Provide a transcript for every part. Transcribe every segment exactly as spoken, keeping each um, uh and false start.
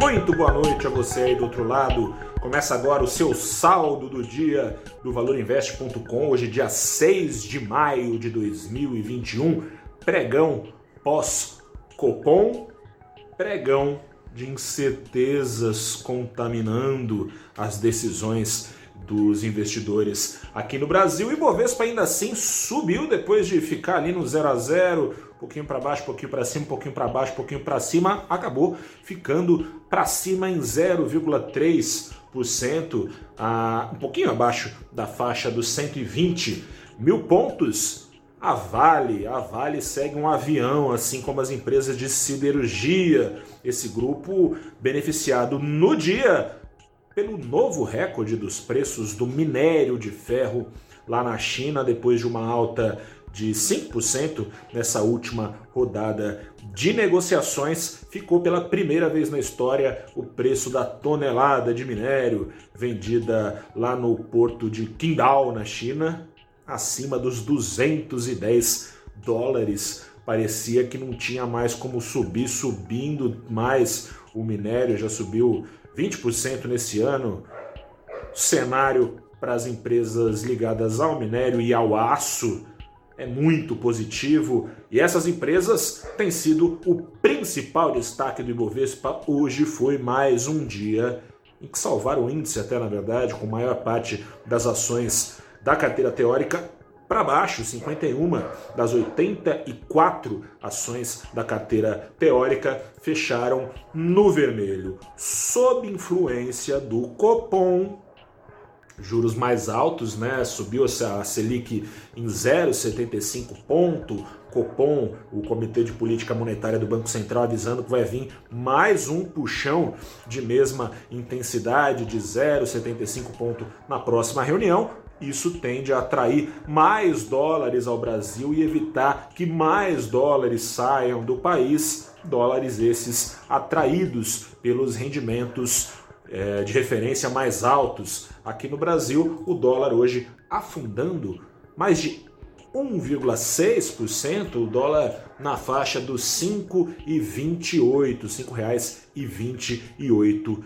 Muito boa noite a você aí do outro lado. Começa agora o seu saldo do dia do valor invest ponto com. Hoje, dia seis de maio de dois mil e vinte e um. Pregão pós-Copom. Pregão de incertezas contaminando as decisões dos investidores aqui no Brasil. E Bovespa ainda assim subiu depois de ficar ali no zero a zero, um pouquinho para baixo, um pouquinho para cima, um pouquinho para baixo, um pouquinho para cima, acabou ficando para cima em zero vírgula três por cento, a, um pouquinho abaixo da faixa dos cento e vinte mil pontos. A Vale, a Vale segue um avião, assim como as empresas de siderurgia, esse grupo beneficiado no dia pelo novo recorde dos preços do minério de ferro lá na China, depois de uma alta de cinco por cento nessa última rodada de negociações. Ficou pela primeira vez na história o preço da tonelada de minério vendida lá no porto de Qingdao, na China, acima dos duzentos e dez dólares. Parecia que não tinha mais como subir, subindo mais. O minério já subiu vinte por cento nesse ano. O cenário para as empresas ligadas ao minério e ao aço é muito positivo, e essas empresas têm sido o principal destaque do Ibovespa. Hoje foi mais um dia em que salvaram o índice, até na verdade, com a maior parte das ações da carteira teórica para baixo. Cinquenta e uma das oitenta e quatro ações da carteira teórica fecharam no vermelho, sob influência do Copom. Juros mais altos, né? Subiu a Selic em zero vírgula setenta e cinco ponto. Copom, o Comitê de Política Monetária do Banco Central, avisando que vai vir mais um puxão de mesma intensidade de zero vírgula setenta e cinco ponto na próxima reunião. Isso tende a atrair mais dólares ao Brasil e evitar que mais dólares saiam do país, dólares esses atraídos pelos rendimentos é, de referência mais altos aqui no Brasil. O dólar hoje afundando mais de um vírgula seis por cento, o dólar na faixa dos cinco reais e vinte e oito centavos, cinco reais e vinte e oito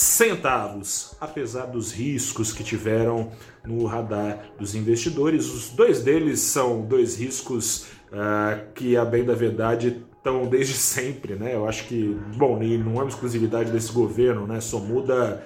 centavos, apesar dos riscos que tiveram no radar dos investidores. Os dois deles são dois riscos uh, que, a bem da verdade, estão desde sempre, né? Eu acho que, bom, e não é uma exclusividade desse governo, né? Só muda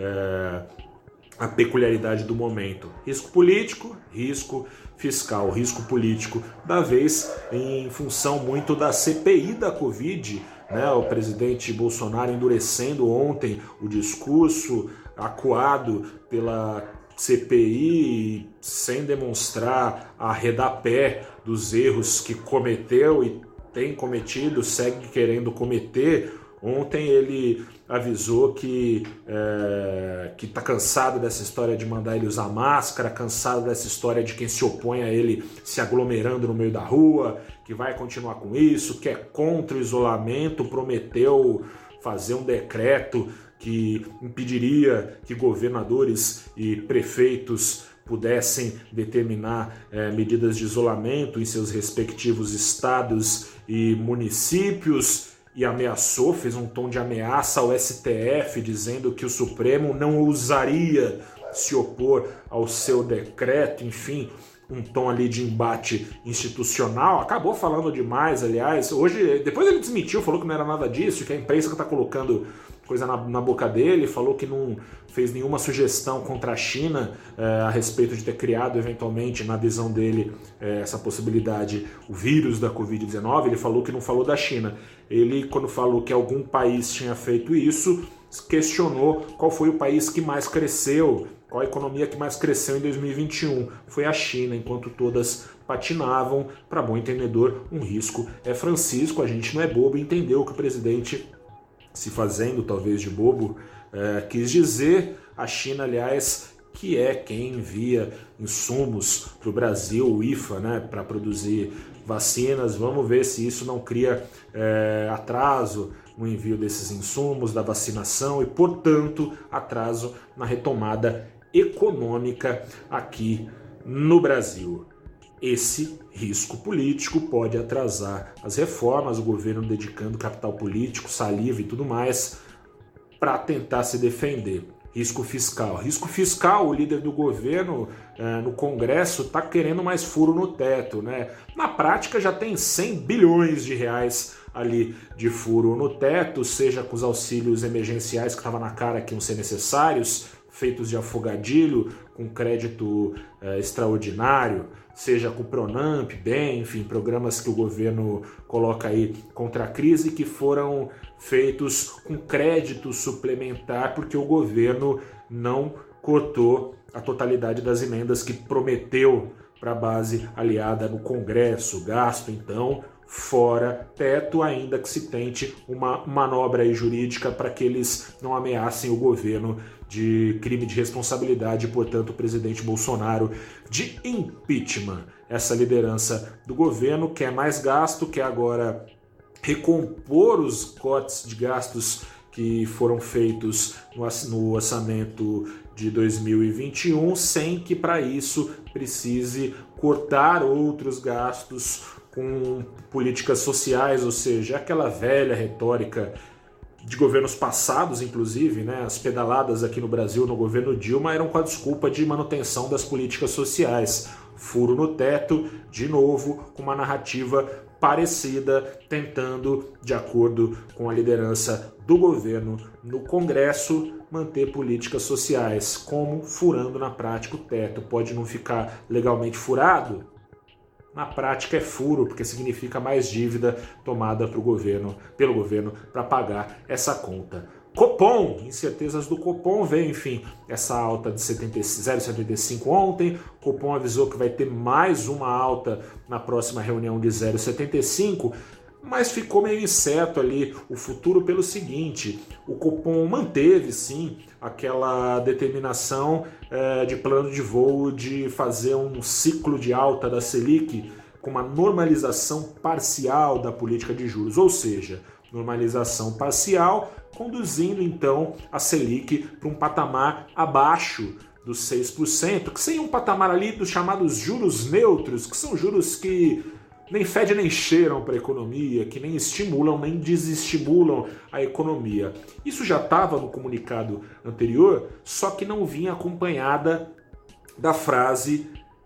uh, a peculiaridade do momento. Risco político, risco fiscal, risco político da vez em função muito da C P I da Covid, né? O presidente Bolsonaro endurecendo ontem o discurso, acuado pela C P I, sem demonstrar a redapé dos erros que cometeu e tem cometido, segue querendo cometer. Ontem ele avisou que é, que está cansado dessa história de mandar ele usar máscara, cansado dessa história de quem se opõe a ele se aglomerando no meio da rua, que vai continuar com isso, que é contra o isolamento, prometeu fazer um decreto que impediria que governadores e prefeitos pudessem determinar é, medidas de isolamento em seus respectivos estados e municípios, e ameaçou, fez um tom de ameaça ao S T F, dizendo que o Supremo não ousaria se opor ao seu decreto. Enfim, um tom ali de embate institucional. Acabou falando demais, aliás. Hoje, depois ele desmentiu, falou que não era nada disso, que a imprensa que está colocando coisa na, na boca dele, falou que não fez nenhuma sugestão contra a China é, a respeito de ter criado, eventualmente, na visão dele, é, essa possibilidade, o vírus da covid dezenove. Ele falou que não falou da China. Ele, quando falou que algum país tinha feito isso, questionou qual foi o país que mais cresceu, qual a economia que mais cresceu em dois mil e vinte e um. Foi a China, enquanto todas patinavam. Para bom entendedor, um risco é Francisco. A gente não é bobo e entendeu que o presidente, se fazendo talvez de bobo, é, quis dizer. A China, aliás, que é quem envia insumos para o Brasil, o I F A, né, para produzir vacinas. Vamos ver se isso não cria é, atraso no envio desses insumos, da vacinação e, portanto, atraso na retomada econômica aqui no Brasil. Esse risco político pode atrasar as reformas, o governo dedicando capital político, saliva e tudo mais. para tentar se defender. Risco fiscal. Risco fiscal, o líder do governo eh, no Congresso está querendo mais furo no teto, né? Na prática já tem cem bilhões de reais ali de furo no teto, seja com os auxílios emergenciais que estava na cara que iam ser necessários, feitos de afogadilho, com crédito eh, extraordinário, seja com o Pronamp, bem, enfim, programas que o governo coloca aí contra a crise que foram feitos com crédito suplementar porque o governo não cortou a totalidade das emendas que prometeu para a base aliada no Congresso. Gasto, então, fora teto, ainda que se tente uma manobra aí jurídica para que eles não ameacem o governo de crime de responsabilidade e, portanto, o presidente Bolsonaro de impeachment. Essa liderança do governo quer mais gasto, quer agora recompor os cortes de gastos que foram feitos no orçamento de dois mil e vinte e um, sem que para isso precise cortar outros gastos com políticas sociais, ou seja, aquela velha retórica de governos passados, inclusive, né? As pedaladas aqui no Brasil no governo Dilma eram com a desculpa de manutenção das políticas sociais. Furo no teto, de novo, com uma narrativa parecida, tentando, de acordo com a liderança do governo no Congresso, manter políticas sociais, como furando na prática o teto. Pode não ficar legalmente furado? Na prática é furo, porque significa mais dívida tomada pro governo, pelo governo para pagar essa conta. Copom, incertezas do Copom, veio, enfim, essa alta de zero vírgula setenta e cinco ontem. Copom avisou que vai ter mais uma alta na próxima reunião de zero vírgula setenta e cinco, mas ficou meio incerto ali o futuro pelo seguinte: o Copom manteve, sim, aquela determinação eh, de plano de voo de fazer um ciclo de alta da Selic com uma normalização parcial da política de juros, ou seja, normalização parcial, conduzindo então a Selic para um patamar abaixo dos seis por cento, que seria um patamar ali dos chamados juros neutros, que são juros que nem fedem nem cheiram para a economia, que nem estimulam nem desestimulam a economia. Isso já estava no comunicado anterior, só que não vinha acompanhada da frase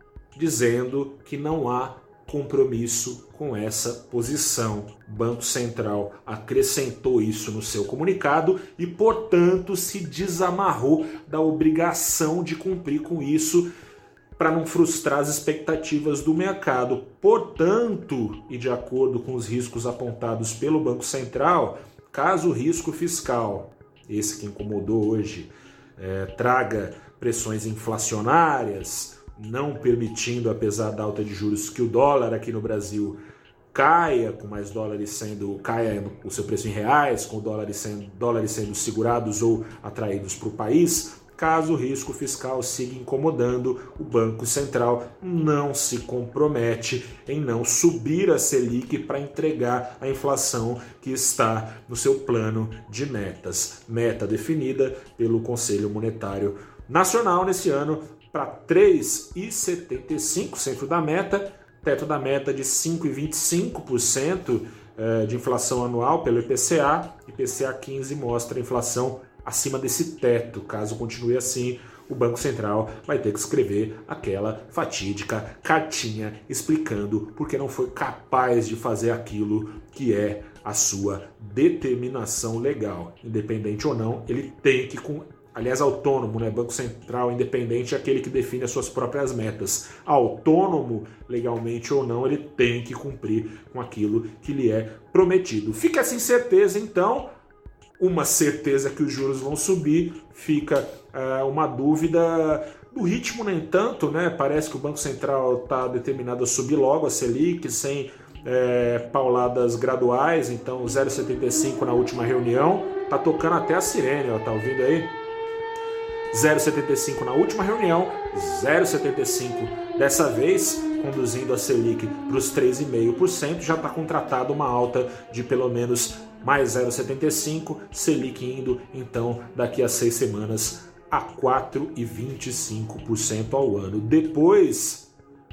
dizendo que não há compromisso com essa posição. O Banco Central acrescentou isso no seu comunicado e, portanto, se desamarrou da obrigação de cumprir com isso para não frustrar as expectativas do mercado. Portanto, e de acordo com os riscos apontados pelo Banco Central, caso o risco fiscal, esse que incomodou hoje, é, traga pressões inflacionárias, não permitindo, apesar da alta de juros, que o dólar aqui no Brasil caia, com mais dólares sendo, caia o seu preço em reais, com dólares sendo, dólares sendo segurados ou atraídos para o país. Caso o risco fiscal siga incomodando, o Banco Central não se compromete em não subir a Selic para entregar a inflação que está no seu plano de metas. Meta definida pelo Conselho Monetário Nacional nesse ano para três vírgula setenta e cinco por cento, centro da meta, teto da meta de cinco vírgula vinte e cinco por cento de inflação anual pelo I P C A. I P C A quinze mostra a inflação acima desse teto. Caso continue assim, o Banco Central vai ter que escrever aquela fatídica cartinha explicando por que não foi capaz de fazer aquilo que é a sua determinação legal. Independente ou não, ele tem que... Aliás, autônomo, né? Banco Central independente é aquele que define as suas próprias metas. Autônomo, legalmente ou não, ele tem que cumprir com aquilo que lhe é prometido. Fica essa incerteza, então... Uma certeza que os juros vão subir, fica uh, uma dúvida do ritmo, nem tanto, né? Parece que o Banco Central está determinado a subir logo a Selic, sem é, pauladas graduais, então zero vírgula setenta e cinco na última reunião, tá tocando até a sirene, ó, tá ouvindo aí? zero vírgula setenta e cinco na última reunião, zero vírgula setenta e cinco dessa vez, conduzindo a Selic para os três vírgula cinco por cento, já está contratada uma alta de pelo menos mais zero vírgula setenta e cinco, Selic indo então daqui a seis semanas a quatro vírgula vinte e cinco por cento ao ano. Depois,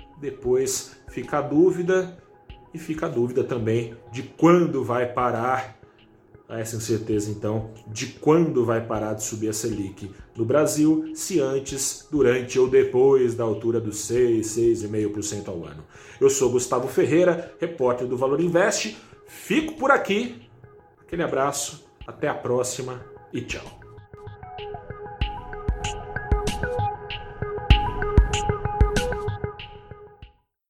depois fica a dúvida, e fica a dúvida também de quando vai parar essa incerteza, então, de quando vai parar de subir a Selic no Brasil, se antes, durante ou depois da altura dos seis, seis vírgula cinco por cento ao ano. Eu sou Gustavo Ferreira, repórter do Valor Invest. Fico por aqui. Aquele abraço, até a próxima e tchau.